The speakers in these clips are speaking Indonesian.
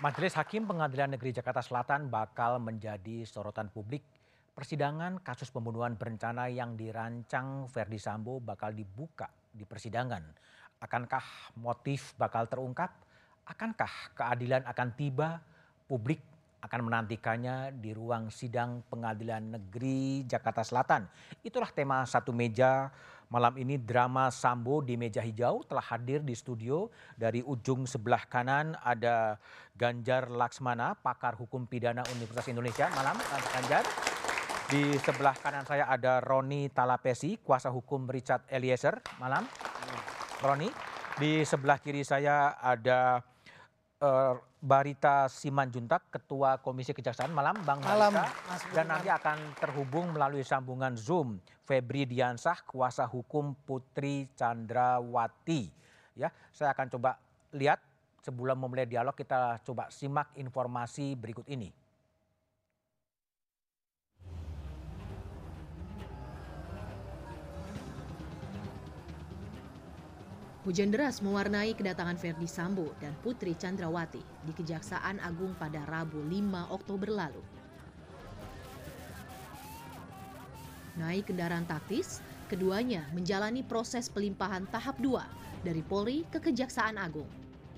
Majelis Hakim Pengadilan Negeri Jakarta Selatan bakal menjadi sorotan publik. Persidangan kasus pembunuhan berencana yang dirancang Verdi Sambo bakal dibuka di persidangan. Akankah motif bakal terungkap? Akankah keadilan akan tiba? Publik akan menantikannya di ruang sidang Pengadilan Negeri Jakarta Selatan. Itulah tema Satu Meja malam ini. Drama Sambo di meja hijau telah hadir di studio. Dari ujung sebelah kanan ada Ganjar Laksmana, pakar hukum pidana Universitas Indonesia. Malam Ganjar. Di sebelah kanan saya ada Roni Talapesi, kuasa hukum Richard Eliezer. Malam Roni. Di sebelah kiri saya ada Barita Simanjuntak, Ketua Komisi Kejaksaan. Malam Bang Barita. Dan nanti akan terhubung melalui sambungan Zoom Febri Diansah, kuasa hukum Putri Chandrawati. Ya, saya akan coba lihat sebelum memulai dialog, kita coba simak informasi berikut ini. Hujan deras mewarnai kedatangan Verdi Sambo dan Putri Chandrawati di Kejaksaan Agung pada Rabu 5 Oktober lalu. Naik kendaraan taktis, keduanya menjalani proses pelimpahan tahap 2 dari Polri ke Kejaksaan Agung.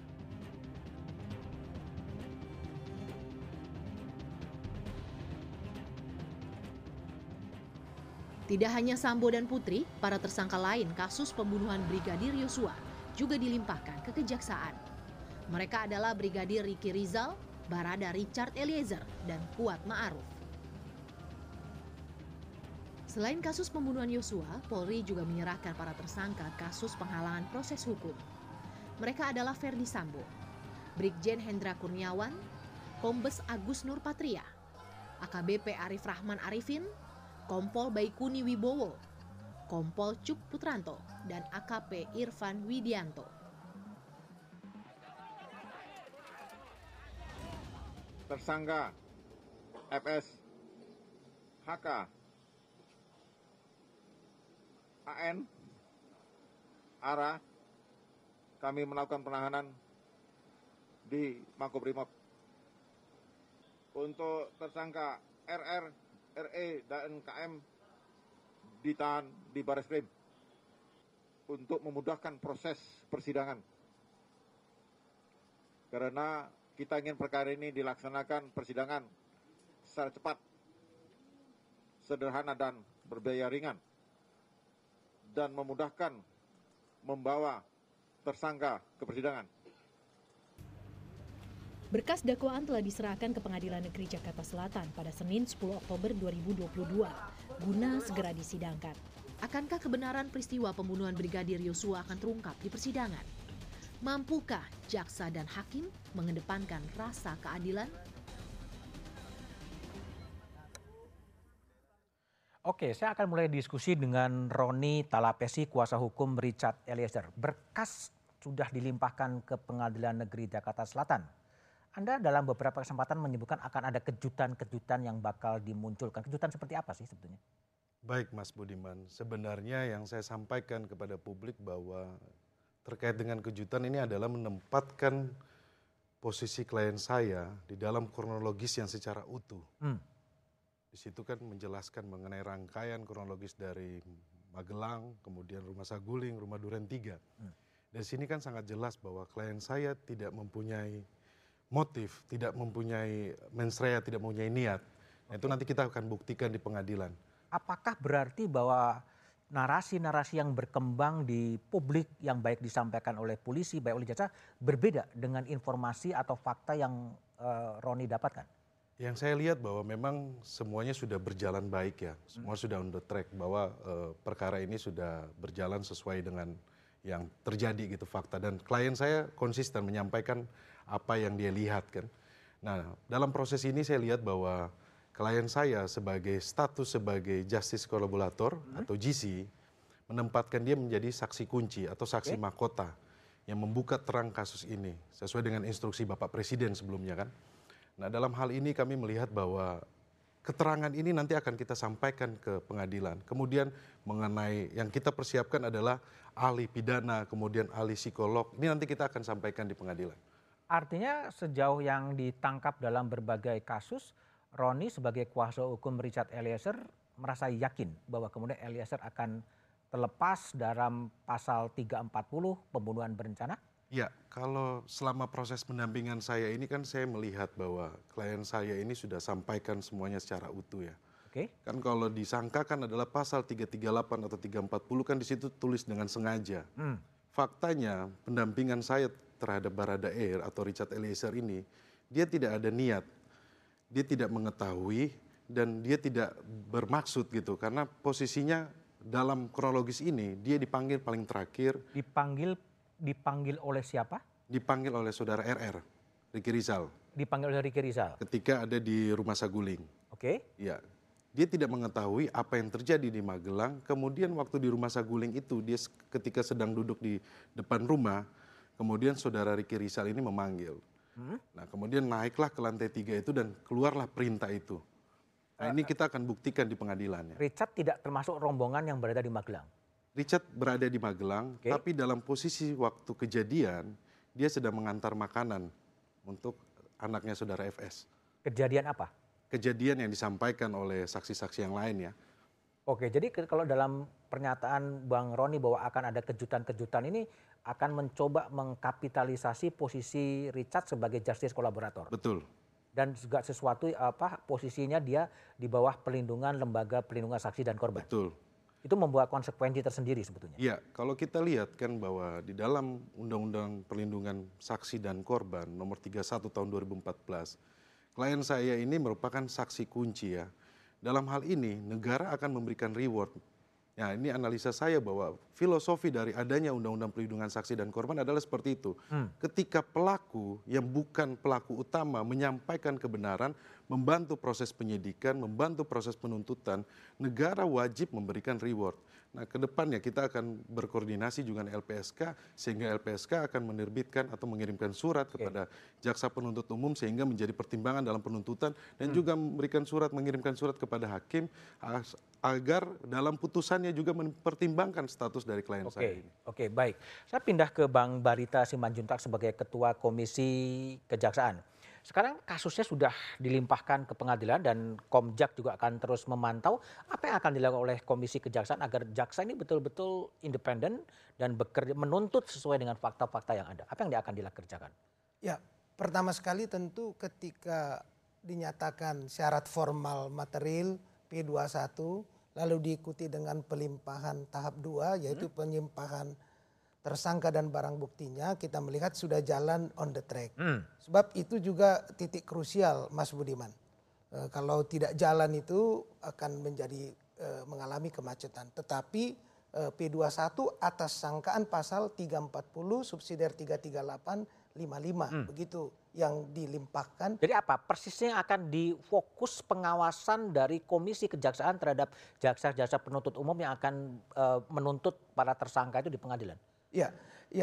Tidak hanya Sambo dan Putri, para tersangka lain kasus pembunuhan Brigadir Yosua juga dilimpahkan ke kejaksaan. Mereka adalah Brigadir Ricky Rizal, Barada Richard Eliezer, dan Kuat Ma'ruf. Selain kasus pembunuhan Yosua, Polri juga menyerahkan para tersangka kasus penghalangan proses hukum. Mereka adalah Verdi Sambo, Brigjen Hendra Kurniawan, Kombes Agus Nurpatria, AKBP Arif Rahman Arifin, Kompol Baikuni Wibowo, Kompol Cuk Putranto, dan AKP Irfan Widianto. Tersangka FS, HK, AN, ARA, kami melakukan penahanan di Makobrimob. Untuk tersangka RR, RE dan KM ditahan di Bareskrim untuk memudahkan proses persidangan. Karena kita ingin perkara ini dilaksanakan persidangan secara cepat, sederhana dan berbiaya ringan, dan memudahkan membawa tersangka ke persidangan. Berkas dakwaan telah diserahkan ke Pengadilan Negeri Jakarta Selatan pada Senin 10 Oktober 2022 guna segera disidangkan. Akankah kebenaran peristiwa pembunuhan Brigadir Yosua akan terungkap di persidangan? Mampukah jaksa dan hakim mengedepankan rasa keadilan? Oke, saya akan mulai diskusi dengan Roni Talapesi, kuasa hukum Richard Eliezer. Berkas sudah dilimpahkan ke Pengadilan Negeri Jakarta Selatan. Anda dalam beberapa kesempatan menyebutkan akan ada kejutan-kejutan yang bakal dimunculkan. Kejutan seperti apa sih sebetulnya? Baik Mas Budiman, sebenarnya yang saya sampaikan kepada publik bahwa terkait dengan kejutan ini adalah menempatkan posisi klien saya di dalam kronologis yang secara utuh. Di situ kan menjelaskan mengenai rangkaian kronologis dari Magelang, kemudian Rumah Saguling, Rumah Duren 3. Dari sini kan sangat jelas bahwa klien saya tidak mempunyai motif, tidak mempunyai mens rea, tidak mempunyai niat. Nah, itu nanti kita akan buktikan di pengadilan. Apakah berarti bahwa narasi-narasi yang berkembang di publik yang baik disampaikan oleh polisi, baik oleh jaksa, berbeda dengan informasi atau fakta yang Roni dapatkan? Yang saya lihat bahwa memang semuanya sudah berjalan baik ya, semua sudah on the track, bahwa perkara ini sudah berjalan sesuai dengan yang terjadi gitu fakta. Dan klien saya konsisten menyampaikan apa yang dia lihat kan. Nah, dalam proses ini saya lihat bahwa klien saya sebagai justice collaborator atau GC menempatkan dia menjadi saksi kunci atau saksi mahkota yang membuka terang kasus ini sesuai dengan instruksi Bapak Presiden sebelumnya kan. Nah, dalam hal ini kami melihat bahwa keterangan ini nanti akan kita sampaikan ke pengadilan. Kemudian mengenai yang kita persiapkan adalah ahli pidana, kemudian ahli psikolog. Ini nanti kita akan sampaikan di pengadilan. Artinya sejauh yang ditangkap dalam berbagai kasus, Roni sebagai kuasa hukum Richard Eliezer merasa yakin bahwa kemudian Eliezer akan terlepas dalam pasal 340 pembunuhan berencana? Ya, kalau selama proses pendampingan saya ini kan saya melihat bahwa klien saya ini sudah sampaikan semuanya secara utuh ya. Oke. Kan kalau disangkakan adalah pasal 338 atau 340 kan di situ tulis dengan sengaja. Faktanya pendampingan saya terhadap Baradae atau Richard Eliezer ini, dia tidak ada niat, dia tidak mengetahui dan dia tidak bermaksud gitu. Karena posisinya dalam kronologis ini dia dipanggil paling terakhir. Dipanggil oleh siapa? Dipanggil oleh saudara RR, Ricky Rizal. Dipanggil oleh Ricky Rizal. Ketika ada di rumah Saguling. Oke. Ya, dia tidak mengetahui apa yang terjadi di Magelang. Kemudian waktu di rumah Saguling itu, dia ketika sedang duduk di depan rumah, kemudian saudara Ricky Rizal ini memanggil. Nah, kemudian naiklah ke lantai 3 itu dan keluarlah perintah itu. Nah, ini kita akan buktikan di pengadilannya. Richard tidak termasuk rombongan yang berada di Magelang. Richard berada di Magelang, tapi dalam posisi waktu kejadian, dia sedang mengantar makanan untuk anaknya saudara FS. Kejadian apa? Kejadian yang disampaikan oleh saksi-saksi yang lain ya. Oke, jadi kalau dalam pernyataan Bang Roni bahwa akan ada kejutan-kejutan ini akan mencoba mengkapitalisasi posisi Richard sebagai justice kolaborator. Betul. Dan juga sesuatu posisinya dia di bawah pelindungan lembaga pelindungan saksi dan korban. Betul. Itu membuat konsekuensi tersendiri sebetulnya. Iya, kalau kita lihat kan bahwa di dalam Undang-Undang Perlindungan Saksi dan Korban nomor 31 tahun 2014, klien saya ini merupakan saksi kunci ya. Dalam hal ini negara akan memberikan reward. Ya, ini analisa saya bahwa filosofi dari adanya Undang-Undang Perlindungan Saksi dan Korban adalah seperti itu. Ketika pelaku yang bukan pelaku utama menyampaikan kebenaran, membantu proses penyidikan, membantu proses penuntutan, negara wajib memberikan reward. Nah, ke depannya kita akan berkoordinasi juga dengan LPSK sehingga LPSK akan menerbitkan atau mengirimkan surat kepada jaksa penuntut umum sehingga menjadi pertimbangan dalam penuntutan dan juga memberikan surat, mengirimkan surat kepada hakim agar dalam putusannya juga mempertimbangkan status dari klien saya ini. Oke, baik. Saya pindah ke Bang Barita Simanjuntak sebagai Ketua Komisi Kejaksaan. Sekarang kasusnya sudah dilimpahkan ke pengadilan dan Komjak juga akan terus memantau apa yang akan dilakukan oleh Komisi Kejaksaan agar jaksa ini betul-betul independen dan bekerja menuntut sesuai dengan fakta-fakta yang ada. Apa yang dia akan dikerjakan? Ya, pertama sekali tentu ketika dinyatakan syarat formal material P21 lalu diikuti dengan pelimpahan tahap 2 yaitu penyimpahan tersangka dan barang buktinya, kita melihat sudah jalan on the track. Sebab itu juga titik krusial Mas Budiman. Kalau tidak jalan itu akan menjadi mengalami kemacetan. Tetapi P21 atas sangkaan pasal 340 subsidiar 338 55 begitu yang dilimpahkan. Jadi apa persisnya akan difokus pengawasan dari Komisi Kejaksaan terhadap jaksa-jaksa penuntut umum yang akan menuntut para tersangka itu di pengadilan? Ya,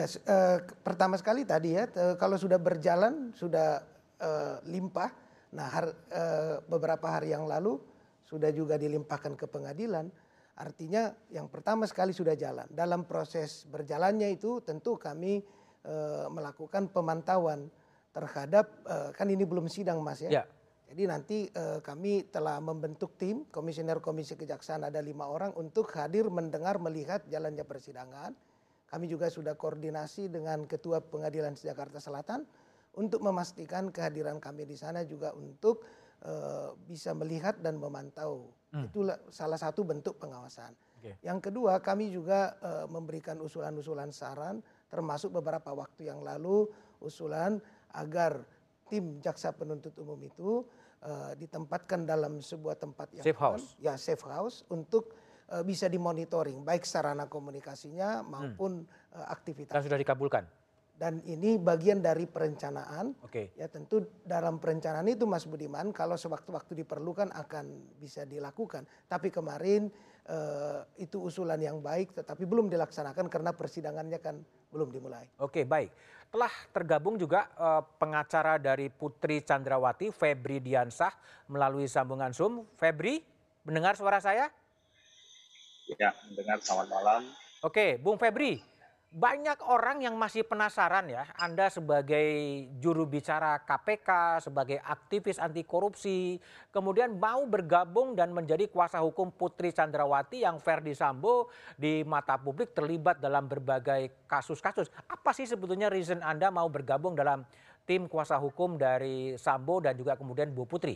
pertama sekali tadi ya, kalau sudah berjalan, sudah limpah. Nah, beberapa hari yang lalu sudah juga dilimpahkan ke pengadilan. Artinya yang pertama sekali sudah jalan. Dalam proses berjalannya itu tentu kami melakukan pemantauan terhadap, kan ini belum sidang Mas ya. Ya. Jadi nanti kami telah membentuk tim, komisioner Komisi Kejaksaan ada 5 orang untuk hadir mendengar melihat jalannya persidangan. Kami juga sudah koordinasi dengan Ketua Pengadilan Jakarta Selatan untuk memastikan kehadiran kami di sana juga untuk bisa melihat dan memantau. Itulah salah satu bentuk pengawasan. Yang kedua kami juga memberikan usulan-usulan saran termasuk beberapa waktu yang lalu usulan agar tim jaksa penuntut umum itu ditempatkan dalam sebuah tempat yang safe house. Ya, safe house untuk bisa dimonitoring baik sarana komunikasinya maupun aktivitas. Dan sudah dikabulkan? Dan ini bagian dari perencanaan. Ya tentu dalam perencanaan itu Mas Budiman kalau sewaktu-waktu diperlukan akan bisa dilakukan. Tapi kemarin itu usulan yang baik tetapi belum dilaksanakan karena persidangannya kan belum dimulai. Oke, baik. Telah tergabung juga pengacara dari Putri Chandrawati, Febri Diansah melalui sambungan Zoom. Febri, mendengar suara saya? Ya, mendengar. Selamat malam. Oke, Bung Febri, Banyak orang yang masih penasaran ya, Anda sebagai juru bicara KPK, sebagai aktivis anti korupsi, kemudian mau bergabung dan menjadi kuasa hukum Putri Chandrawati yang Verdi Sambo di mata publik terlibat dalam berbagai kasus-kasus. Apa sih sebetulnya reason Anda mau bergabung dalam tim kuasa hukum dari Sambo dan juga kemudian Bu Putri?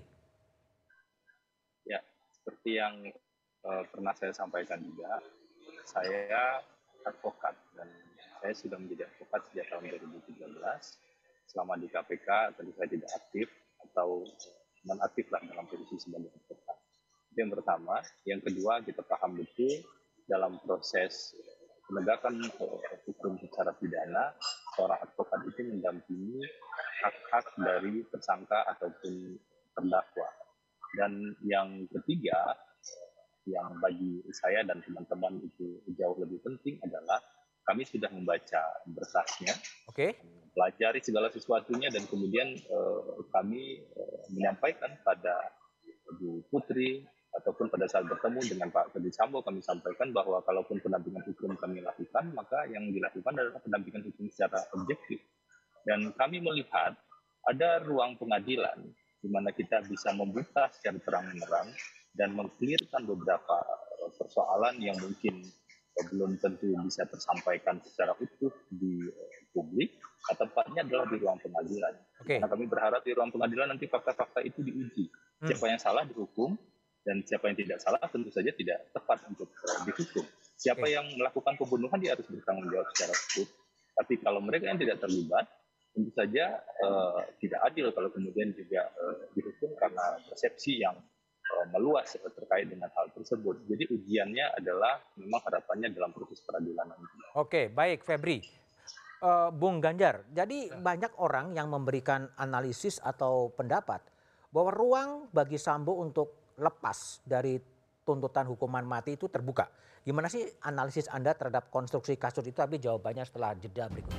Ya, seperti yang pernah saya sampaikan juga, saya advokat dan saya sudah menjadi advokat sejak tahun 2013. Selama di KPK tentu saya tidak aktif atau non-aktif lah dalam posisi sebagai advokat. Itu yang pertama. Yang kedua, kita paham betul dalam proses penegakan hukum secara pidana, seorang advokat itu mendampingi hak-hak dari tersangka ataupun terdakwa. Dan yang ketiga, yang bagi saya dan teman-teman itu jauh lebih penting adalah kami sudah membaca berkasnya, pelajari segala sesuatunya, dan kemudian kami menyampaikan pada Bu Putri ataupun pada saat bertemu dengan Pak Verdi Sambo, kami sampaikan bahwa kalaupun pendampingan hukum kami lakukan, maka yang dilakukan adalah pendampingan hukum secara objektif. Dan kami melihat ada ruang pengadilan di mana kita bisa membuka secara terang-menerang dan mengklirkan beberapa persoalan yang mungkin belum tentu bisa tersampaikan secara utuh di publik, tempatnya adalah di ruang pengadilan. Karena kami berharap di ruang pengadilan nanti fakta-fakta itu diuji. Siapa yang salah dihukum, dan siapa yang tidak salah tentu saja tidak tepat untuk dihukum. Siapa yang melakukan pembunuhan dia harus bertanggung jawab secara utuh. Tapi kalau mereka yang tidak terlibat, tentu saja tidak adil kalau kemudian juga dihukum karena persepsi yang meluas terkait dengan hal tersebut. Jadi ujiannya adalah memang harapannya dalam proses peradilan nanti. Oke, baik Febri. Bung Ganjar, jadi banyak orang yang memberikan analisis atau pendapat bahwa ruang bagi Sambo untuk lepas dari tuntutan hukuman mati itu terbuka. Gimana sih analisis Anda terhadap konstruksi kasus itu? Tapi jawabannya setelah jeda berikut.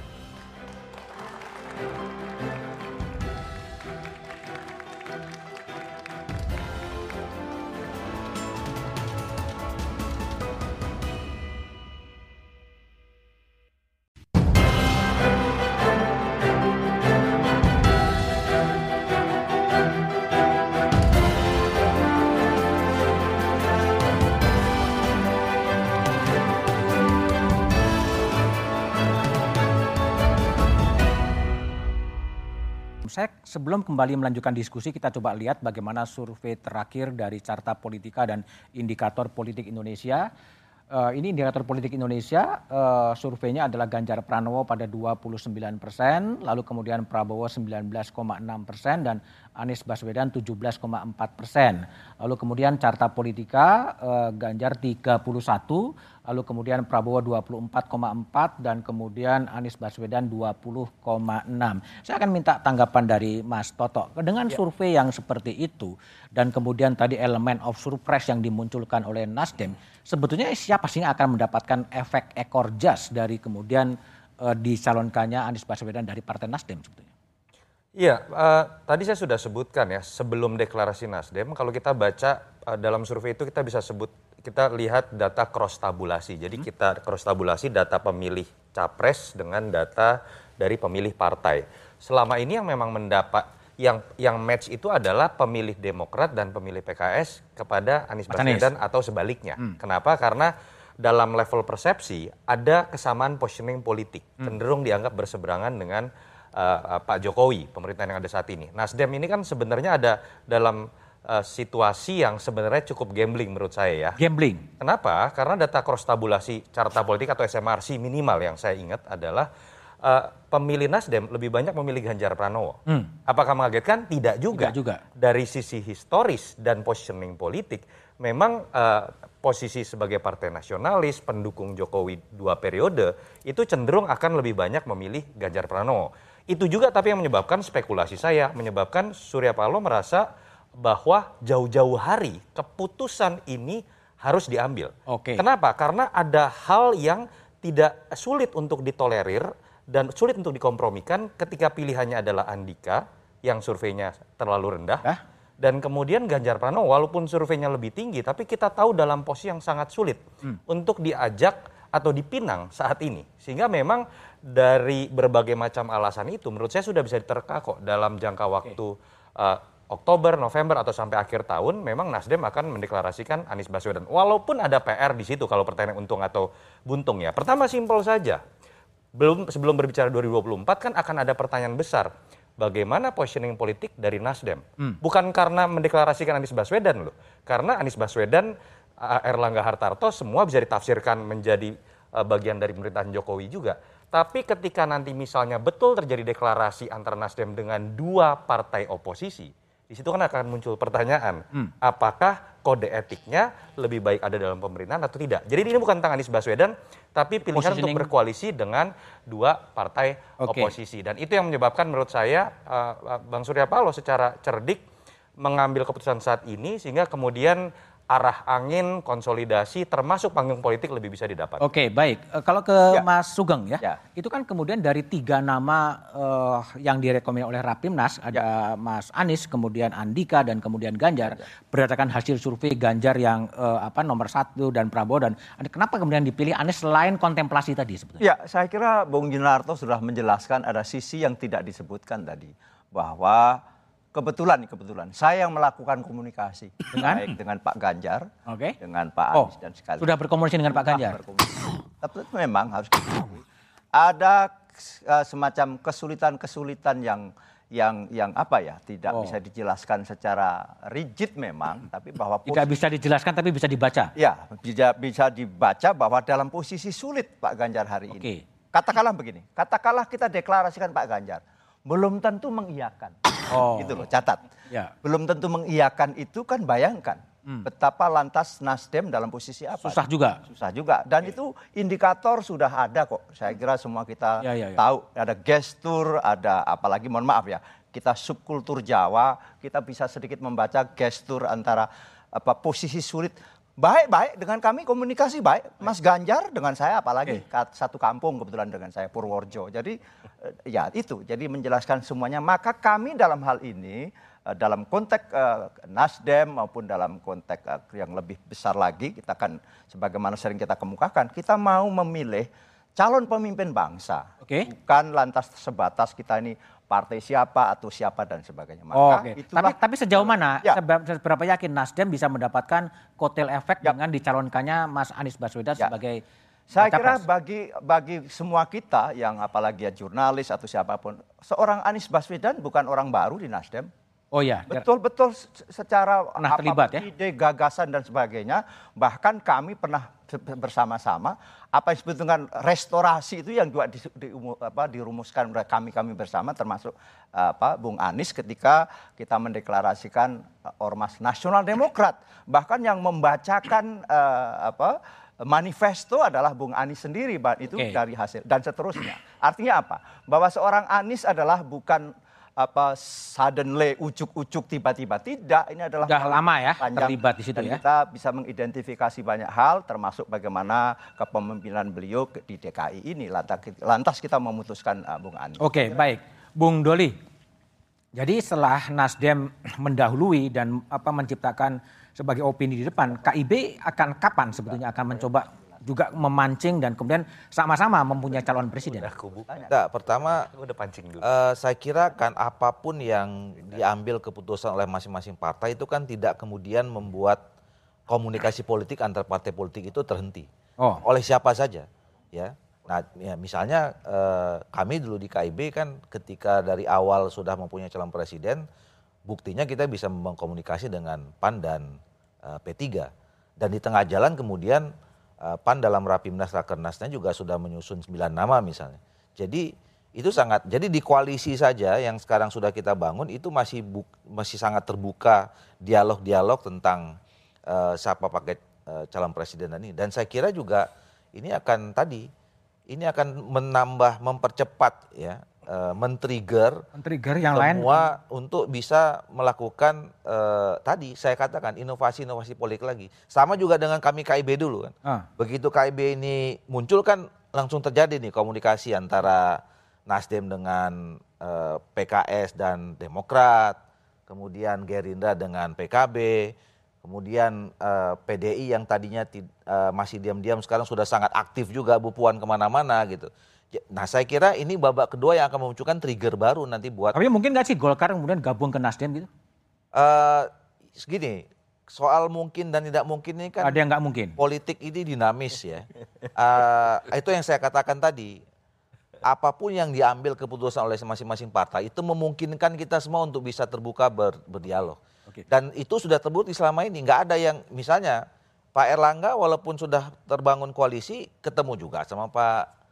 Sebelum kembali melanjutkan diskusi, kita coba lihat bagaimana survei terakhir dari Carta Politika dan Indikator Politik Indonesia. Ini Indikator Politik Indonesia, surveinya adalah Ganjar Pranowo pada 29%, lalu kemudian Prabowo 19,6% dan Anies Baswedan 17,4%. Lalu kemudian Carta Politika, Ganjar 31%, lalu kemudian Prabowo 24,4 dan kemudian Anies Baswedan 20,6. Saya akan minta tanggapan dari Mas Toto. Dengan survei yang seperti itu dan kemudian tadi elemen of surprise yang dimunculkan oleh Nasdem, sebetulnya siapa sih yang akan mendapatkan efek ekor jas dari kemudian dicalonkannya Anies Baswedan dari Partai Nasdem sebetulnya? Iya, tadi saya sudah sebutkan ya sebelum deklarasi Nasdem, kalau kita baca dalam survei itu kita lihat data cross tabulasi. Jadi kita cross tabulasi data pemilih capres dengan data dari pemilih partai. Selama ini yang memang mendapat yang match itu adalah pemilih Demokrat dan pemilih PKS kepada Anies Baswedan atau sebaliknya. Kenapa? Karena dalam level persepsi ada kesamaan positioning politik, cenderung dianggap berseberangan dengan Pak Jokowi, pemerintahan yang ada saat ini. Nasdem ini kan sebenarnya ada dalam situasi yang sebenarnya cukup gambling menurut saya ya. Gambling. Kenapa? Karena data cross tabulasi Carta Politik atau SMRC minimal yang saya ingat adalah pemilih Nasdem lebih banyak memilih Ganjar Pranowo. Apakah mengagetkan? Tidak juga. Dari sisi historis dan positioning politik, memang posisi sebagai partai nasionalis, pendukung Jokowi 2 periode, itu cenderung akan lebih banyak memilih Ganjar Pranowo. Itu juga tapi yang menyebabkan spekulasi saya, menyebabkan Surya Paloh merasa bahwa jauh-jauh hari keputusan ini harus diambil. Kenapa? Karena ada hal yang tidak sulit untuk ditolerir dan sulit untuk dikompromikan ketika pilihannya adalah Andika yang surveinya terlalu rendah. Dan kemudian Ganjar Pranowo walaupun surveinya lebih tinggi tapi kita tahu dalam posisi yang sangat sulit untuk diajak atau dipinang saat ini. Sehingga memang dari berbagai macam alasan itu menurut saya sudah bisa diterka kok dalam jangka waktu Oktober, November atau sampai akhir tahun memang Nasdem akan mendeklarasikan Anies Baswedan. Walaupun ada PR di situ kalau pertanyaan untung atau buntung ya. Pertama simpel saja. Sebelum berbicara 2024 kan akan ada pertanyaan besar. Bagaimana positioning politik dari Nasdem? Bukan karena mendeklarasikan Anies Baswedan loh. Karena Anies Baswedan, Erlangga Hartarto semua bisa ditafsirkan menjadi bagian dari pemerintahan Jokowi juga. Tapi ketika nanti misalnya betul terjadi deklarasi antara Nasdem dengan dua partai oposisi, di situ kan akan muncul pertanyaan, apakah kode etiknya lebih baik ada dalam pemerintahan atau tidak. Jadi ini bukan tentang Anies Baswedan, tapi pilihan untuk berkoalisi dengan dua partai oposisi. Dan itu yang menyebabkan menurut saya Bang Surya Paloh secara cerdik mengambil keputusan saat ini sehingga kemudian arah angin, konsolidasi, termasuk panggung politik lebih bisa didapat. Oke, baik. Kalau ke Mas Sugeng ya, itu kan kemudian dari 3 nama yang direkomendasi oleh Rapimnas, ada Mas Anies, kemudian Andika, dan kemudian Ganjar. Berdasarkan hasil survei Ganjar yang nomor 1 dan Prabowo, dan kenapa kemudian dipilih Anies selain kontemplasi tadi sebetulnya? Ya, saya kira Bung Yunarto sudah menjelaskan ada sisi yang tidak disebutkan tadi, bahwa kebetulan saya yang melakukan komunikasi baik dengan Pak Ganjar, dengan Pak Anies dan sekaligus. Sudah berkomunikasi dengan Pak Ganjar. Tapi memang harus diketahui ada semacam kesulitan yang apa ya, tidak bisa dijelaskan secara rigid memang, tapi bahwa tidak bisa dijelaskan tapi bisa dibaca. Ya, bisa dibaca bahwa dalam posisi sulit Pak Ganjar hari ini. Katakanlah begini, katakanlah kita deklarasikan Pak Ganjar, belum tentu mengiyakan. Gitu loh, catat. Belum tentu mengiyakan itu kan, bayangkan betapa lantas Nasdem dalam posisi apa. Susah juga. Dan itu indikator sudah ada kok. Saya kira semua kita tahu, ada gestur, ada apalagi mohon maaf ya, kita subkultur Jawa, kita bisa sedikit membaca gestur antara posisi sulit. Baik dengan kami komunikasi baik. Mas Ganjar dengan saya apalagi satu kampung kebetulan dengan saya, Purworejo. Jadi ya itu, jadi menjelaskan semuanya. Maka kami dalam hal ini dalam konteks Nasdem maupun dalam konteks yang lebih besar lagi, kita kan sebagaimana sering kita kemukakan, kita mau memilih calon pemimpin bangsa. Bukan lantas sebatas kita ini partai siapa atau siapa dan sebagainya. Maka tapi sejauh mana, seberapa yakin Nasdem bisa mendapatkan kotel efek dengan dicalonkannya Mas Anies Baswedan sebagai saya kira bagi semua kita yang apalagi ya jurnalis atau siapapun, seorang Anies Baswedan bukan orang baru di Nasdem. Betul-betul secara terlibat, ide, gagasan dan sebagainya. Bahkan kami pernah bersama-sama apa yang disebut dengan restorasi itu yang juga dirumuskan oleh kami bersama, termasuk Bung Anies ketika kita mendeklarasikan Ormas Nasional Demokrat. Bahkan yang membacakan manifesto adalah Bung Anies sendiri, itu dari hasil dan seterusnya. Artinya apa? Bahwa seorang Anies adalah bukan suddenly ujuk-ujuk tiba-tiba, tidak. Ini adalah sudah lama ya terlibat di situ dan kita bisa mengidentifikasi banyak hal, termasuk bagaimana kepemimpinan beliau di DKI ini. Lantas kita memutuskan Bung Anies. Baik, Bung Doli. Jadi setelah Nasdem mendahului dan menciptakan sebagai opini di depan, KIB akan kapan sebetulnya akan mencoba juga memancing dan kemudian sama-sama mempunyai calon presiden? Pertama saya kira kan apapun yang diambil keputusan oleh masing-masing partai itu kan tidak kemudian membuat komunikasi politik antar partai politik itu terhenti oleh siapa saja, ya. Nah, ya, misalnya kami dulu di KIB kan ketika dari awal sudah mempunyai calon presiden, buktinya kita bisa mengkomunikasi dengan PAN dan P3, dan di tengah jalan kemudian PAN dalam Rapimnas Rakernasnya juga sudah menyusun 9 nama misalnya. Jadi itu jadi di koalisi saja yang sekarang sudah kita bangun itu masih sangat terbuka dialog-dialog tentang siapa pakai calon presiden ini. Dan saya kira juga ini akan mempercepat ya, men-trigger yang lain semua untuk bisa melakukan tadi saya katakan inovasi-inovasi politik lagi. Sama juga dengan kami KIB dulu kan. Begitu KIB ini muncul kan langsung terjadi nih komunikasi antara Nasdem dengan PKS dan Demokrat, kemudian Gerindra dengan PKB, kemudian PDI yang tadinya masih diam-diam sekarang sudah sangat aktif juga Bu Puan kemana-mana gitu. Nah saya kira ini babak kedua yang akan memunculkan trigger baru nanti buat. Tapi mungkin nggak sih Golkar kemudian gabung ke Nasdem gitu? Segini, soal mungkin dan tidak mungkin ini kan. Ada yang nggak mungkin. Politik ini dinamis ya. Itu yang saya katakan tadi. Apapun yang diambil keputusan oleh masing-masing partai itu memungkinkan kita semua untuk bisa terbuka berdialog. Oke. Dan itu sudah terbukti selama ini. Nggak ada yang misalnya Pak Erlangga walaupun sudah terbangun koalisi ketemu juga sama Pak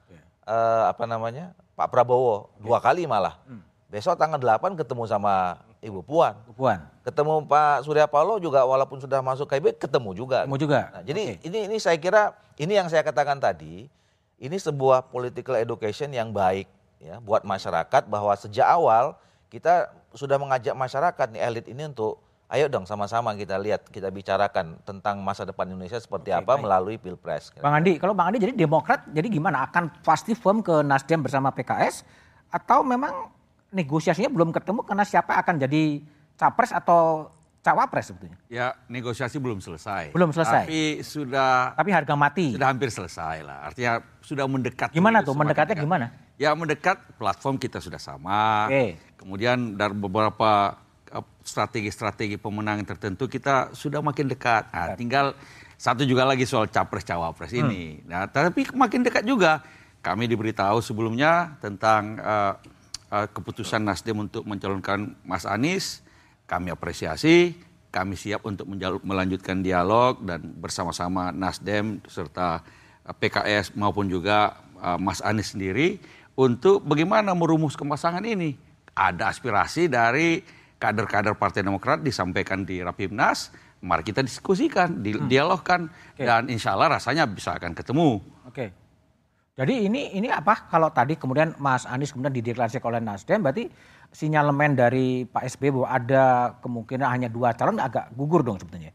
Pak Prabowo 2 kali malah. Besok tanggal 8 ketemu sama Ibu Puan. Ketemu Pak Surya Paloh juga walaupun sudah masuk KIB ketemu juga. Nah, jadi ini saya kira ini yang saya katakan tadi. Ini sebuah political education yang baik ya buat masyarakat bahwa sejak awal kita sudah mengajak masyarakat nih elit ini untuk ayo dong sama-sama kita lihat, kita bicarakan tentang masa depan Indonesia seperti apa melalui Pilpres. Bang Andi, kalau Bang Andi jadi Demokrat jadi gimana? Akan pasti firm ke Nasdem bersama PKS atau memang negosiasinya belum ketemu karena siapa akan jadi capres atau cawapres sebetulnya? Ya negosiasi belum selesai. Belum selesai. Tapi harga mati. Sudah hampir selesai lah. Artinya sudah mendekat. Gimana tuh mendekatnya gimana? Ya mendekat platform kita sudah sama. Kemudian dari beberapa strategi-strategi pemenangan tertentu kita sudah makin dekat. Nah, tinggal satu juga lagi soal capres cawapres ini. Nah, tapi makin dekat juga. Kami diberitahu sebelumnya tentang keputusan Nasdem untuk mencalonkan Mas Anies. Kami apresiasi, kami siap untuk melanjutkan dialog dan bersama-sama Nasdem serta PKS maupun juga Mas Anies sendiri untuk bagaimana merumuskan pasangan ini. Ada aspirasi dari kader-kader Partai Demokrat disampaikan di Rapimnas, mari kita diskusikan, dialogkan dan insya Allah rasanya bisa akan ketemu. Oke. Jadi ini apa kalau tadi kemudian Mas Anies kemudian dideklarasikan oleh Nasdem berarti sinyalemen dari Pak SBY bahwa ada kemungkinan hanya 2 calon agak gugur dong sebetulnya.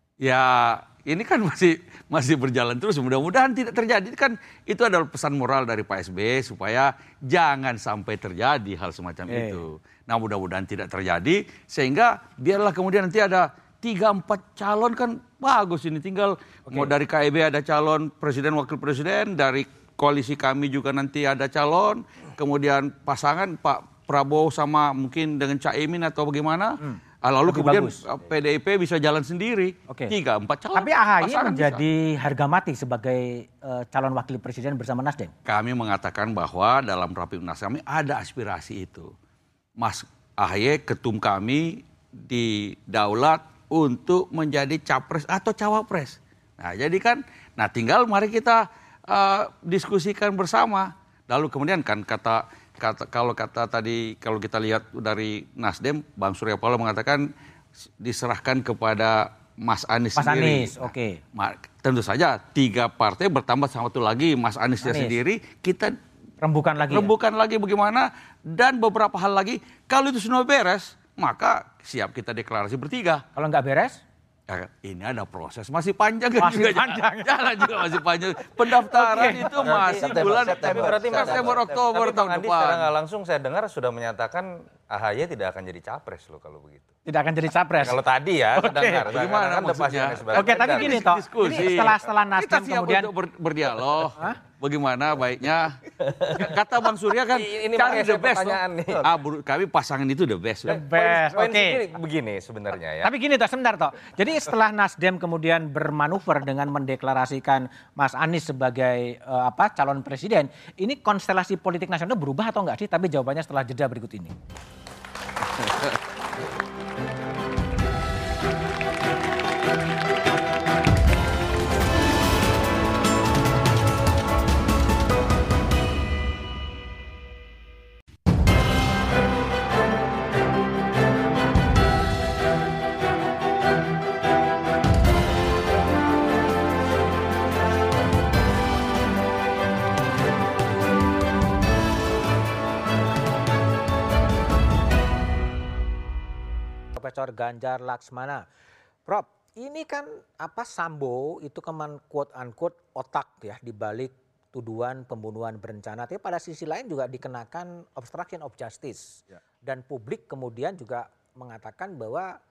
Ya ini kan masih berjalan terus, mudah-mudahan tidak terjadi. Kan itu adalah pesan moral dari Pak SBY supaya jangan sampai terjadi hal semacam itu. Nah mudah-mudahan tidak terjadi sehingga biarlah kemudian nanti ada 3-4 calon kan bagus ini. Tinggal mau dari KIB ada calon presiden wakil presiden, dari koalisi kami juga nanti ada calon, kemudian pasangan Pak Prabowo sama mungkin dengan Caimin atau bagaimana. Lalu kemudian PDIP bisa jalan sendiri. 3-4 calon. Tapi AHY menjadi harga mati sebagai calon wakil presiden bersama Nasdem. Kami mengatakan bahwa dalam Rapimnas kami ada aspirasi itu. Mas AHY ketum kami didaulat untuk menjadi capres atau cawapres. Nah jadi kan, tinggal mari kita diskusikan bersama. Lalu kemudian kan kalau kita lihat dari Nasdem, Bang Surya Paloh mengatakan diserahkan kepada Mas Anies sendiri. Tentu saja 3 partai bertambah satu lagi Mas Aniesnya sendiri, kita rembukan lagi bagaimana, dan beberapa hal lagi. Kalau itu semua beres, maka siap kita deklarasi bertiga. Kalau nggak beres? Ya, ini ada proses, masih panjang kan juga. Jalan juga masih panjang. Pendaftaran itu masih bulan September, Oktober tahun depan. Secara nggak langsung saya dengar sudah menyatakan AHY tidak akan jadi capres loh kalau begitu. Tidak akan jadi capres? Kalau tadi ya, dengar. Bagaimana maksudnya? Tapi gini toh, ini setelah Nasdem kemudian untuk berdialog. Bagaimana baiknya? Kata Bang Surya kan ini cari the best. Kami pasangan itu the best. Begini sebenarnya ya. Tapi gini toh, sebentar toh. Jadi setelah Nasdem kemudian bermanuver dengan mendeklarasikan Mas Anies sebagai calon presiden, ini konstelasi politik nasional berubah atau enggak sih? Tapi jawabannya setelah jeda berikut ini. Profesor Ganjar Laksmana. Prof, ini kan Sambo itu quote unquote otak ya di balik tuduhan pembunuhan berencana. Tapi pada sisi lain juga dikenakan obstruction of justice. Dan publik kemudian juga mengatakan bahwa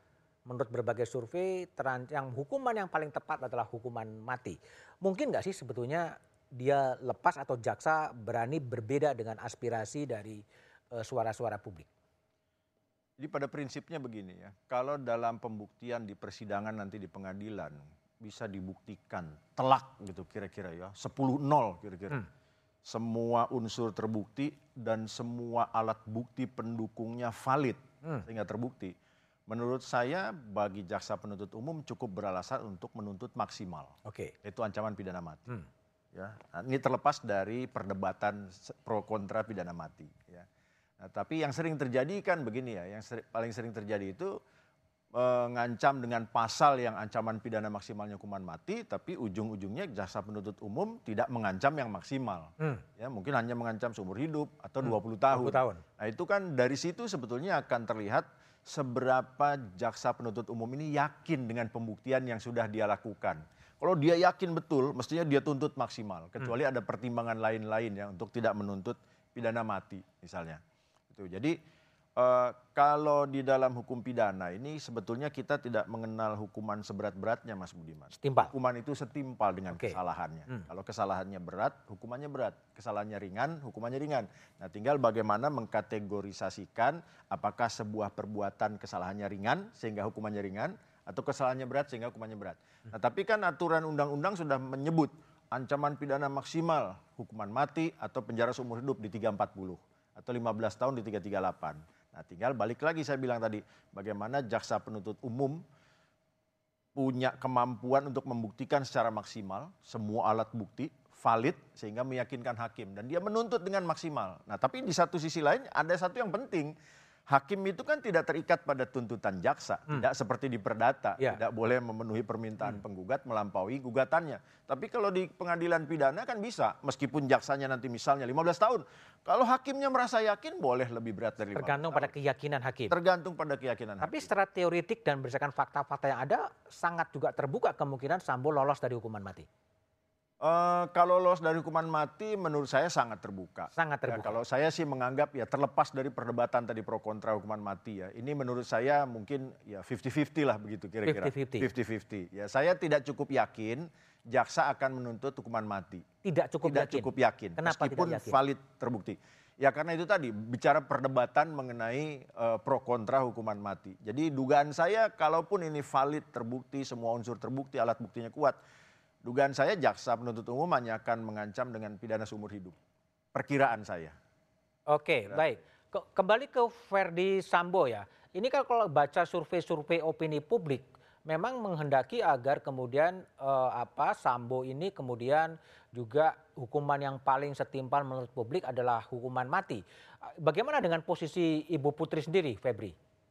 menurut berbagai survei terancam hukuman yang paling tepat adalah hukuman mati. Mungkin nggak sih sebetulnya dia lepas atau jaksa berani berbeda dengan aspirasi dari suara-suara publik? Jadi pada prinsipnya begini ya, kalau dalam pembuktian di persidangan nanti di pengadilan bisa dibuktikan telak gitu kira-kira ya, 10-0 kira-kira. Semua unsur terbukti dan semua alat bukti pendukungnya valid sehingga terbukti. Menurut saya bagi jaksa penuntut umum cukup beralasan untuk menuntut maksimal. Itu ancaman pidana mati. Ya, ini terlepas dari perdebatan pro kontra pidana mati. Ya. Nah, tapi yang sering terjadi kan begini ya, yang paling sering terjadi itu mengancam dengan pasal yang ancaman pidana maksimalnya hukuman mati, tapi ujung-ujungnya jaksa penuntut umum tidak mengancam yang maksimal. Ya, mungkin hanya mengancam seumur hidup atau 20 tahun. 20 tahun. Nah itu kan dari situ sebetulnya akan terlihat seberapa jaksa penuntut umum ini yakin dengan pembuktian yang sudah dia lakukan. Kalau dia yakin betul, mestinya dia tuntut maksimal. Kecuali ada pertimbangan lain-lain ya untuk tidak menuntut pidana mati misalnya. Itu. Jadi kalau di dalam hukum pidana ini sebetulnya kita tidak mengenal hukuman seberat-beratnya Mas Budiman. Setimpal. Hukuman itu setimpal dengan kesalahannya. Kalau kesalahannya berat, hukumannya berat. Kesalahannya ringan, hukumannya ringan. Nah tinggal bagaimana mengkategorisasikan apakah sebuah perbuatan kesalahannya ringan sehingga hukumannya ringan atau kesalahannya berat sehingga hukumannya berat. Nah tapi kan aturan undang-undang sudah menyebut ancaman pidana maksimal hukuman mati atau penjara seumur hidup di 340 atau 15 tahun di 338. Nah tinggal balik lagi saya bilang tadi, bagaimana jaksa penuntut umum punya kemampuan untuk membuktikan secara maksimal semua alat bukti valid sehingga meyakinkan hakim dan dia menuntut dengan maksimal. Nah tapi di satu sisi lain ada satu yang penting, hakim itu kan tidak terikat pada tuntutan jaksa, tidak seperti di perdata, tidak boleh memenuhi permintaan penggugat melampaui gugatannya. Tapi kalau di pengadilan pidana kan bisa, meskipun jaksanya nanti misalnya 15 tahun, kalau hakimnya merasa yakin boleh lebih berat dari 15 Tergantung tahun. pada keyakinan hakim. Tergantung pada keyakinan Tapi hakim. secara teoritik dan berdasarkan fakta-fakta yang ada, sangat juga terbuka kemungkinan Sambo lolos dari hukuman mati. Kalau lolos dari hukuman mati menurut saya sangat terbuka. Sangat Ya, terbuka. kalau saya sih menganggap ya terlepas dari perdebatan tadi pro kontra hukuman mati ya. Ini menurut saya mungkin ya 50-50 lah begitu kira-kira. 50-50. 50-50. Ya, saya tidak cukup yakin jaksa akan menuntut hukuman mati. Tidak cukup yakin. Kenapa meskipun tidak yakin? valid terbukti. Ya karena itu tadi bicara perdebatan mengenai pro kontra hukuman mati. Jadi dugaan saya kalaupun ini valid terbukti, semua unsur terbukti, alat buktinya kuat, dugaan saya jaksa penuntut umum hanya akan mengancam dengan pidana seumur hidup. Perkiraan saya. Oke, baik. Kembali ke Verdi Sambo ya. Ini kan kalau baca survei-survei opini publik, memang menghendaki agar kemudian Sambo ini kemudian juga hukuman yang paling setimpal menurut publik adalah hukuman mati. Bagaimana dengan posisi Ibu Putri sendiri, Febri?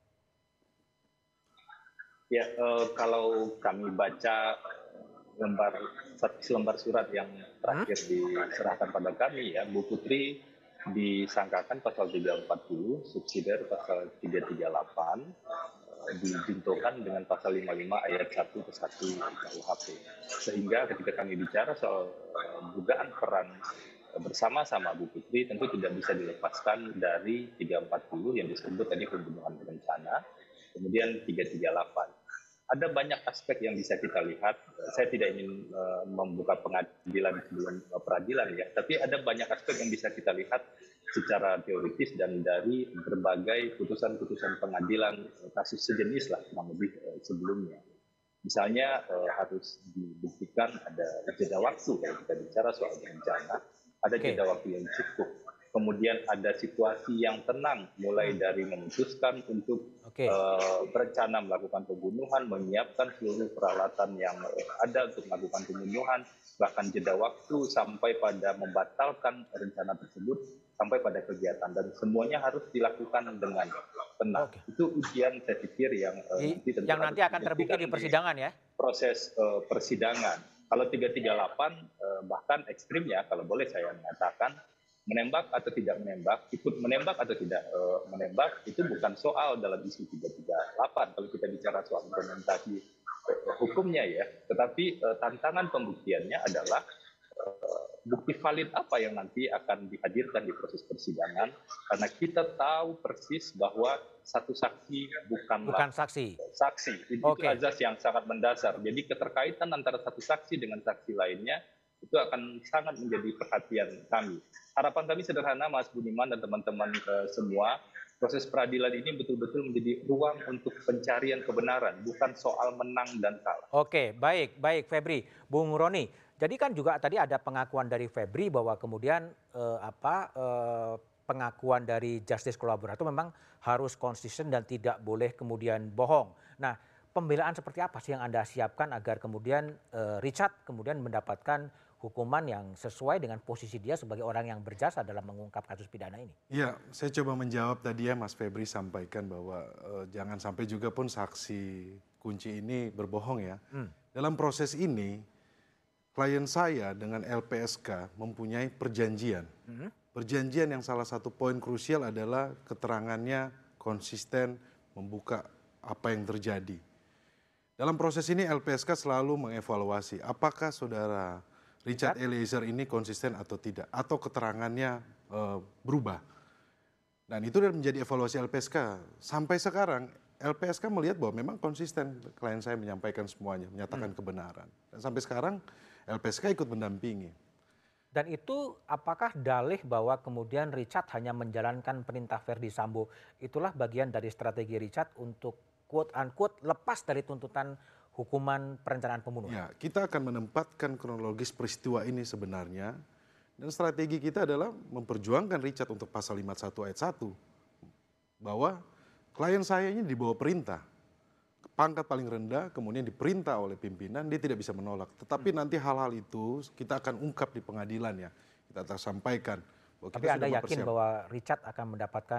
Ya, kalau kami baca selembar surat yang terakhir diserahkan pada kami ya, Bu Putri disangkakan pasal 340, subsidiar pasal 338, dijuntukan dengan pasal 55 ayat 1 ke 1 KUHP. Sehingga ketika kami bicara soal dugaan peran bersama-sama Bu Putri tentu tidak bisa dilepaskan dari 340 yang disebut tadi pembunuhan berencana, kemudian 338. Ada banyak aspek yang bisa kita lihat. Saya tidak ingin membuka pengadilan sebelum peradilan ya, tapi ada banyak aspek yang bisa kita lihat secara teoritis dan dari berbagai putusan-putusan pengadilan kasus sejenis lah kurang lebih sebelumnya. Misalnya harus dibuktikan ada jeda waktu kalau kita bicara soal bencana, ada jeda waktu yang cukup. Kemudian ada situasi yang tenang, mulai dari memutuskan untuk berencana melakukan pembunuhan, menyiapkan seluruh peralatan yang ada untuk melakukan pembunuhan, bahkan jeda waktu sampai pada membatalkan rencana tersebut, sampai pada kegiatan. Dan semuanya harus dilakukan dengan tenang. Itu ujian saya pikir yang nanti akan terbukti di persidangan ya? Proses persidangan. Kalau 338 bahkan ekstrimnya, kalau boleh saya mengatakan, menembak atau tidak menembak, ikut menembak atau tidak menembak, itu bukan soal dalam isu 338 kalau kita bicara soal implementasi hukumnya ya. Tetapi tantangan pembuktiannya adalah bukti valid apa yang nanti akan dihadirkan di proses persidangan, karena kita tahu persis bahwa satu saksi bukan saksi. Itu azas yang sangat mendasar. Jadi keterkaitan antara satu saksi dengan saksi lainnya itu akan sangat menjadi perhatian kami. Harapan kami sederhana, Mas Budiman dan teman-teman semua, proses peradilan ini betul-betul menjadi ruang untuk pencarian kebenaran, bukan soal menang dan kalah. Oke, baik Febri. Bung Roni, jadi kan juga tadi ada pengakuan dari Febri bahwa kemudian pengakuan dari justice kolaborator memang harus konsisten dan tidak boleh kemudian bohong. Nah, pembelaan seperti apa sih yang Anda siapkan agar kemudian Richard kemudian mendapatkan hukuman yang sesuai dengan posisi dia sebagai orang yang berjasa dalam mengungkap kasus pidana ini? Ya, saya coba menjawab tadi ya Mas Febri sampaikan bahwa jangan sampai juga pun saksi kunci ini berbohong ya. Dalam proses ini, klien saya dengan LPSK mempunyai perjanjian. Perjanjian yang salah satu poin krusial adalah keterangannya konsisten membuka apa yang terjadi. Dalam proses ini LPSK selalu mengevaluasi apakah saudara Richard Eliezer ini konsisten atau tidak, atau keterangannya berubah. Dan itu menjadi evaluasi LPSK. Sampai sekarang LPSK melihat bahwa memang konsisten klien saya menyampaikan semuanya, menyatakan kebenaran. Dan sampai sekarang LPSK ikut mendampingi. Dan itu apakah dalih bahwa kemudian Richard hanya menjalankan perintah Verdi Sambo, itulah bagian dari strategi Richard untuk quote-unquote lepas dari tuntutan hukuman perencanaan pembunuhan? Ya, kita akan menempatkan kronologis peristiwa ini sebenarnya. Dan strategi kita adalah memperjuangkan Richard untuk pasal 51 ayat 1. Bahwa klien saya ini dibawa perintah. Pangkat paling rendah, kemudian diperintah oleh pimpinan, dia tidak bisa menolak. Tetapi nanti hal-hal itu kita akan ungkap di pengadilan ya. Kita akan sampaikan. Tapi Anda yakin bahwa Richard akan mendapatkan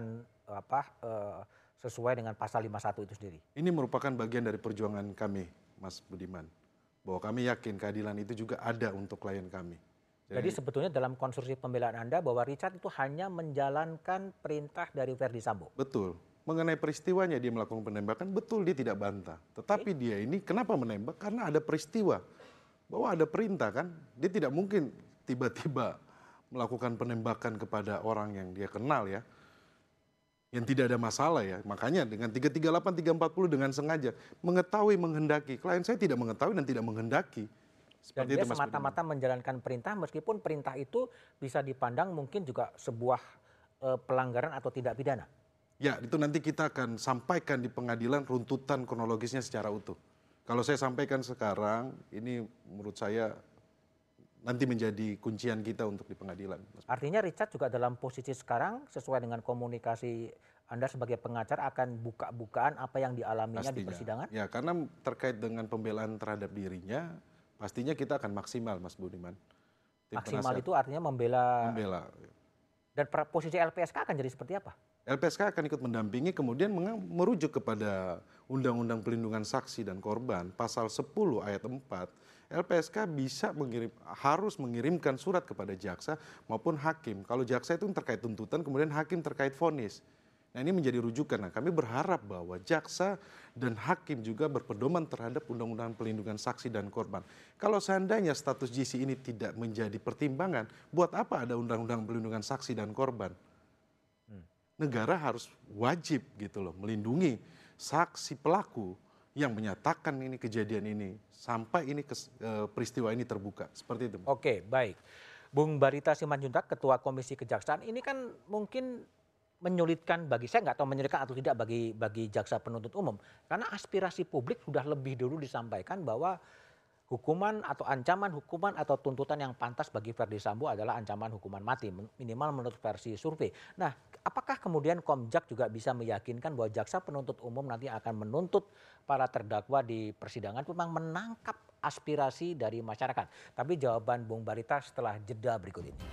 sesuai dengan pasal 51 itu sendiri? Ini merupakan bagian dari perjuangan kami, Mas Budiman. Bahwa kami yakin keadilan itu juga ada untuk klien kami. Jadi sebetulnya dalam konstruksi pembelaan Anda bahwa Richard itu hanya menjalankan perintah dari Verdi Sambo? Betul. Mengenai peristiwanya dia melakukan penembakan, betul dia tidak bantah. Tetapi dia ini kenapa menembak? Karena ada peristiwa. Bahwa ada perintah kan. Dia tidak mungkin tiba-tiba melakukan penembakan kepada orang yang dia kenal ya. Yang tidak ada masalah ya. Makanya dengan 338, 340 dengan sengaja. Mengetahui, menghendaki. Klien saya tidak mengetahui dan tidak menghendaki. Dan dia semata-mata menjalankan perintah meskipun perintah itu bisa dipandang mungkin juga sebuah pelanggaran atau tidak pidana. Ya, itu nanti kita akan sampaikan di pengadilan runtutan kronologisnya secara utuh. Kalau saya sampaikan sekarang, ini menurut saya nanti menjadi kuncian kita untuk di pengadilan. Artinya Richard juga dalam posisi sekarang sesuai dengan komunikasi Anda sebagai pengacara akan buka-bukaan apa yang dialaminya di persidangan? Ya, karena terkait dengan pembelaan terhadap dirinya, pastinya kita akan maksimal, Mas Budiman. Maksimal itu artinya membela. Dan posisi LPSK akan jadi seperti apa? LPSK akan ikut mendampingi kemudian merujuk kepada Undang-Undang Pelindungan Saksi dan Korban pasal 10 ayat 4. LPSK harus mengirimkan surat kepada jaksa maupun hakim. Kalau jaksa itu terkait tuntutan, kemudian hakim terkait vonis. Nah, ini menjadi rujukan. Nah, kami berharap bahwa jaksa dan hakim juga berpedoman terhadap Undang-Undang Pelindungan Saksi dan Korban. Kalau seandainya status GC ini tidak menjadi pertimbangan, buat apa ada Undang-Undang Pelindungan Saksi dan Korban? Negara harus wajib gitu loh melindungi saksi pelaku yang menyatakan ini kejadian ini sampai ini peristiwa ini terbuka. Seperti itu. Oke, baik. Bung Barita Simanjuntak, Ketua Komisi Kejaksaan, ini kan mungkin menyulitkan bagi saya, nggak tahu menyulitkan atau tidak bagi jaksa penuntut umum, karena aspirasi publik sudah lebih dulu disampaikan bahwa hukuman atau ancaman hukuman atau tuntutan yang pantas bagi Verdi Sambo adalah ancaman hukuman mati, minimal menurut versi survei. Nah, apakah kemudian Komjak juga bisa meyakinkan bahwa jaksa penuntut umum nanti akan menuntut para terdakwa di persidangan memang menangkap aspirasi dari masyarakat? Tapi jawaban Bung Barita setelah jeda berikut ini.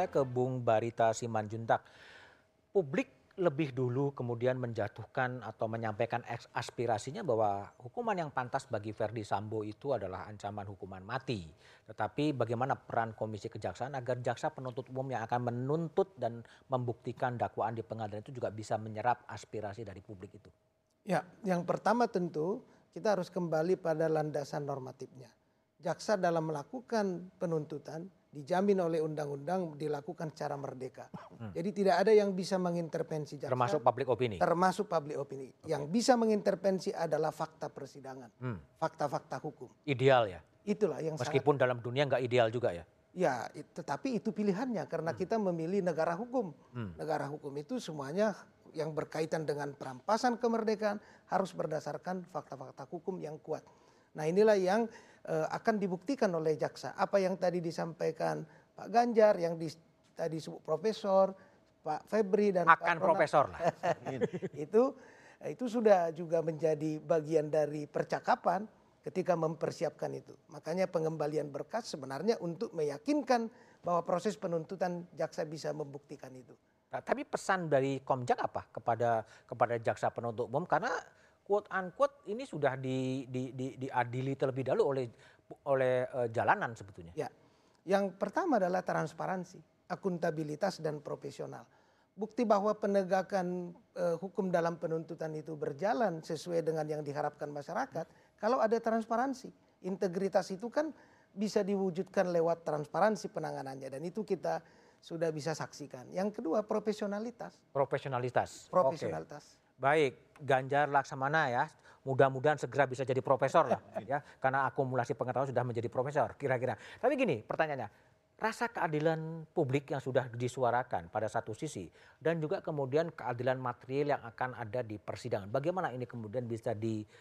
ke Bung Barita Simanjuntak. Publik lebih dulu kemudian menjatuhkan atau menyampaikan aspirasinya bahwa hukuman yang pantas bagi Verdi Sambo itu adalah ancaman hukuman mati. Tetapi bagaimana peran Komisi Kejaksaan agar jaksa penuntut umum yang akan menuntut dan membuktikan dakwaan di pengadilan itu juga bisa menyerap aspirasi dari publik itu? Ya, yang pertama tentu kita harus kembali pada landasan normatifnya. Jaksa dalam melakukan penuntutan dijamin oleh undang-undang dilakukan secara merdeka. Jadi tidak ada yang bisa mengintervensi jaksa. Termasuk public opini? Termasuk public opini. Yang bisa mengintervensi adalah fakta persidangan. Fakta-fakta hukum. Ideal ya? Itulah yang meskipun dalam dunia nggak ideal juga ya? Ya, tetapi itu pilihannya karena kita memilih negara hukum. Negara hukum itu semuanya yang berkaitan dengan perampasan kemerdekaan harus berdasarkan fakta-fakta hukum yang kuat. Nah inilah yang akan dibuktikan oleh jaksa. Apa yang tadi disampaikan Pak Ganjar, yang tadi disebut Profesor, Pak Febri dan akan Pak Profesor lah. itu sudah juga menjadi bagian dari percakapan ketika mempersiapkan itu. Makanya pengembalian berkas sebenarnya untuk meyakinkan bahwa proses penuntutan jaksa bisa membuktikan itu. Nah, tapi pesan dari Komjak apa kepada jaksa penuntut umum, karena quote unquote ini sudah diadili terlebih dahulu oleh jalanan sebetulnya. Ya, yang pertama adalah transparansi, akuntabilitas dan profesional. Bukti bahwa penegakan hukum dalam penuntutan itu berjalan sesuai dengan yang diharapkan masyarakat kalau ada transparansi. Integritas itu kan bisa diwujudkan lewat transparansi penanganannya dan itu kita sudah bisa saksikan. Yang kedua profesionalitas. Profesionalitas. Profesionalitas. Okay. Baik, Ganjar Laksamana ya, mudah-mudahan segera bisa jadi profesor lah ya, karena akumulasi pengetahuan sudah menjadi profesor kira-kira. Tapi gini pertanyaannya, rasa keadilan publik yang sudah disuarakan pada satu sisi dan juga kemudian keadilan material yang akan ada di persidangan, bagaimana ini kemudian bisa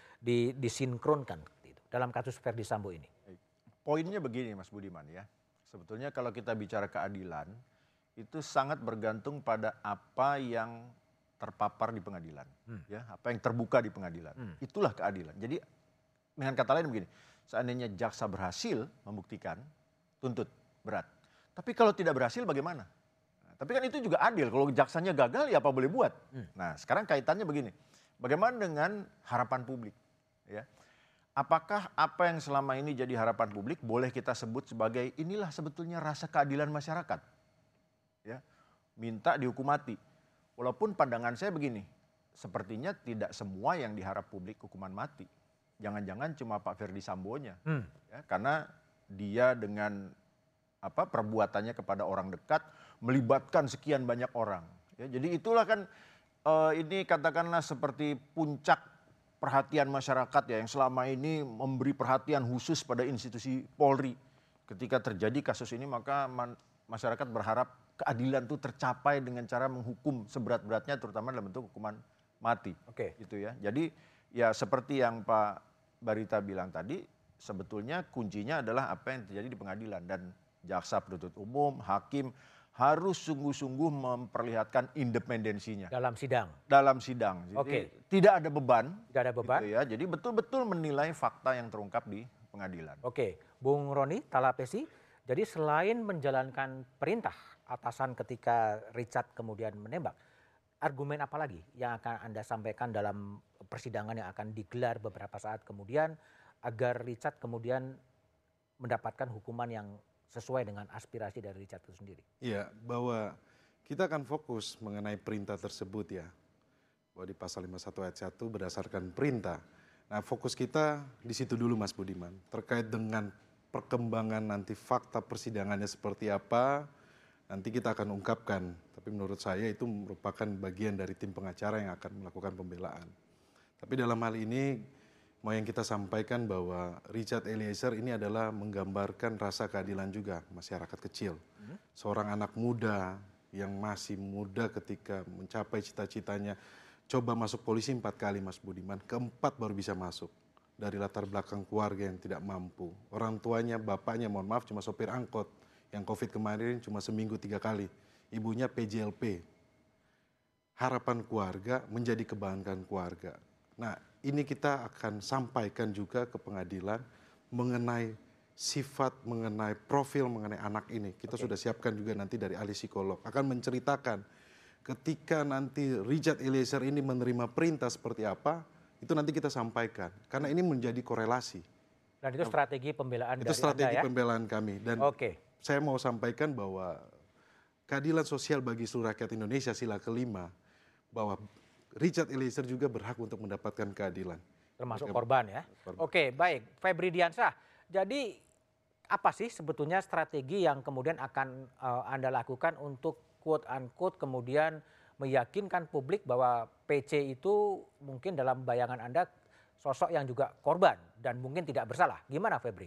disinkronkan dalam kasus Verdi Sambo ini? Poinnya begini Mas Budiman ya, sebetulnya kalau kita bicara keadilan itu sangat bergantung pada apa yang terpapar di pengadilan, ya, apa yang terbuka di pengadilan, itulah keadilan. Jadi dengan kata lain begini, seandainya jaksa berhasil membuktikan, tuntut berat. Tapi kalau tidak berhasil bagaimana? Nah, tapi kan itu juga adil, kalau jaksanya gagal ya apa boleh buat. Nah sekarang kaitannya begini, bagaimana dengan harapan publik? Ya, apakah apa yang selama ini jadi harapan publik boleh kita sebut sebagai inilah sebetulnya rasa keadilan masyarakat? Ya, minta dihukum mati. Walaupun pandangan saya begini, sepertinya tidak semua yang diharap publik hukuman mati. Jangan-jangan cuma Pak Verdi Sambonya, ya, karena dia dengan perbuatannya kepada orang dekat melibatkan sekian banyak orang. Ya, jadi itulah kan ini katakanlah seperti puncak perhatian masyarakat ya yang selama ini memberi perhatian khusus pada institusi Polri. Ketika terjadi kasus ini maka masyarakat berharap keadilan itu tercapai dengan cara menghukum seberat-beratnya terutama dalam bentuk hukuman mati. Gitu ya. Jadi ya seperti yang Pak Barita bilang tadi, sebetulnya kuncinya adalah apa yang terjadi di pengadilan dan jaksa penuntut umum, hakim harus sungguh-sungguh memperlihatkan independensinya dalam sidang. Dalam sidang. Jadi tidak ada beban. Tidak ada beban. Gitu ya. Jadi betul-betul menilai fakta yang terungkap di pengadilan. Bung Roni Talapesi, jadi selain menjalankan perintah atasan ketika Richard kemudian menembak, argumen apa lagi yang akan Anda sampaikan dalam persidangan yang akan digelar beberapa saat kemudian agar Richard kemudian mendapatkan hukuman yang sesuai dengan aspirasi dari Richard itu sendiri? Iya, bahwa kita akan fokus mengenai perintah tersebut ya. Bahwa di pasal 51 ayat 1 berdasarkan perintah. Nah fokus kita di situ dulu Mas Budiman. Terkait dengan perkembangan nanti fakta persidangannya seperti apa, nanti kita akan ungkapkan. Tapi menurut saya itu merupakan bagian dari tim pengacara yang akan melakukan pembelaan. Tapi dalam hal ini mau yang kita sampaikan bahwa Richard Eliezer ini adalah menggambarkan rasa keadilan juga masyarakat kecil. Seorang anak muda yang masih muda ketika mencapai cita-citanya. Coba masuk polisi 4 kali Mas Budiman, keempat baru bisa masuk. Dari latar belakang keluarga yang tidak mampu. Orang tuanya, bapaknya mohon maaf cuma sopir angkot. Yang COVID kemarin cuma seminggu 3 kali. Ibunya PJLP. Harapan keluarga menjadi kebanggaan keluarga. Nah ini kita akan sampaikan juga ke pengadilan mengenai sifat mengenai profil mengenai anak ini. Kita sudah siapkan juga nanti dari ahli psikolog. Akan menceritakan ketika nanti Richard Eliezer ini menerima perintah seperti apa, itu nanti kita sampaikan. Karena ini menjadi korelasi. Dan itu strategi pembelaan itu dari strategi Anda, ya? pembelaan kami. Dan saya mau sampaikan bahwa keadilan sosial bagi seluruh rakyat Indonesia sila kelima, bahwa Richard Eliezer juga berhak untuk mendapatkan keadilan. Termasuk korban, ya? Oke, baik. Febri Diansyah, jadi apa sih sebetulnya strategi yang kemudian akan Anda lakukan untuk quote unquote kemudian meyakinkan publik bahwa PC itu mungkin dalam bayangan Anda sosok yang juga korban dan mungkin tidak bersalah. Gimana, Febri?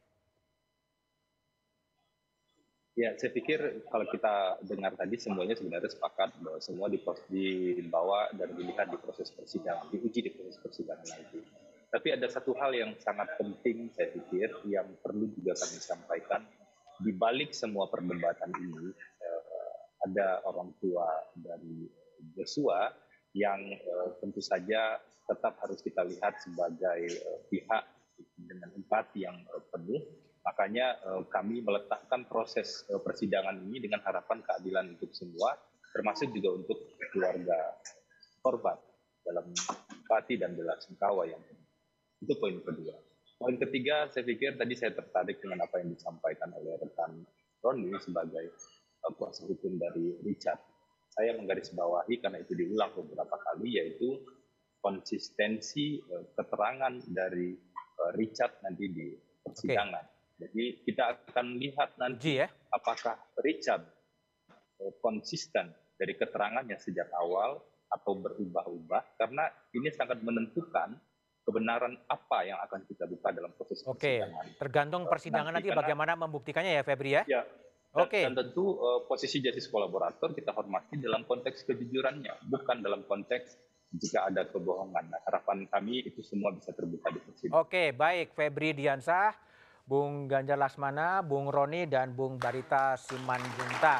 Ya, saya pikir kalau kita dengar tadi semuanya sebenarnya sepakat bahwa semua dibawa dan dilihat di proses persidangan, diuji di proses persidangan nanti. Tapi ada satu hal yang sangat penting saya pikir yang perlu juga kami sampaikan. Di balik semua perdebatan ini, ada orang tua dari Joshua yang tentu saja tetap harus kita lihat sebagai pihak dengan empati yang penuh. Makanya kami meletakkan proses persidangan ini dengan harapan keadilan untuk semua, termasuk juga untuk keluarga korban dalam empati dan bela sungkawa yang penuh. Itu poin kedua. Poin ketiga, saya pikir tadi saya tertarik dengan apa yang disampaikan oleh rekan Roni sebagai kuasa hukum dari Richard. Saya menggarisbawahi karena itu diulang beberapa kali, yaitu konsistensi keterangan dari Richard nanti di persidangan. Jadi kita akan lihat nanti apakah Richard konsisten dari keterangannya sejak awal atau berubah-ubah, karena ini sangat menentukan kebenaran apa yang akan kita buka dalam proses persidangan. Tergantung persidangan nanti bagaimana membuktikannya ya, Febri, ya? Ya. Dan tentu posisi justice kolaborator kita hormati dalam konteks kejujurannya, bukan dalam konteks jika ada kebohongan. Nah, harapan kami itu semua bisa terbuka di persidangan. Oke, baik. Febri Diansyah, Bung Ganjar Laksmana, Bung Roni, dan Bung Barita Simanjuntak.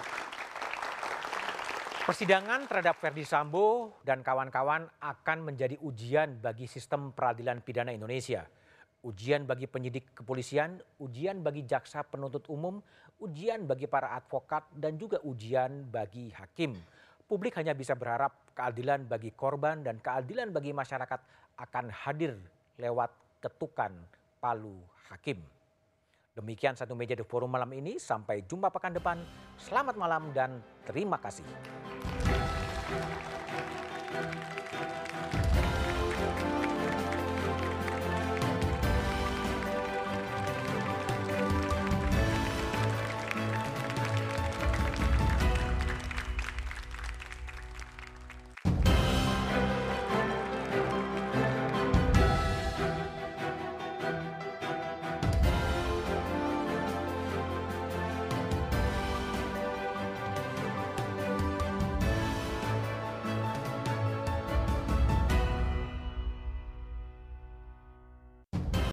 Persidangan terhadap Ferdy Sambo dan kawan-kawan akan menjadi ujian bagi sistem peradilan pidana Indonesia. Ujian bagi penyidik kepolisian, ujian bagi jaksa penuntut umum, ujian bagi para advokat, dan juga ujian bagi hakim. Publik hanya bisa berharap keadilan bagi korban dan keadilan bagi masyarakat akan hadir lewat ketukan palu hakim. Demikian Satu Meja The Forum malam ini. Sampai jumpa pekan depan. Selamat malam dan terima kasih.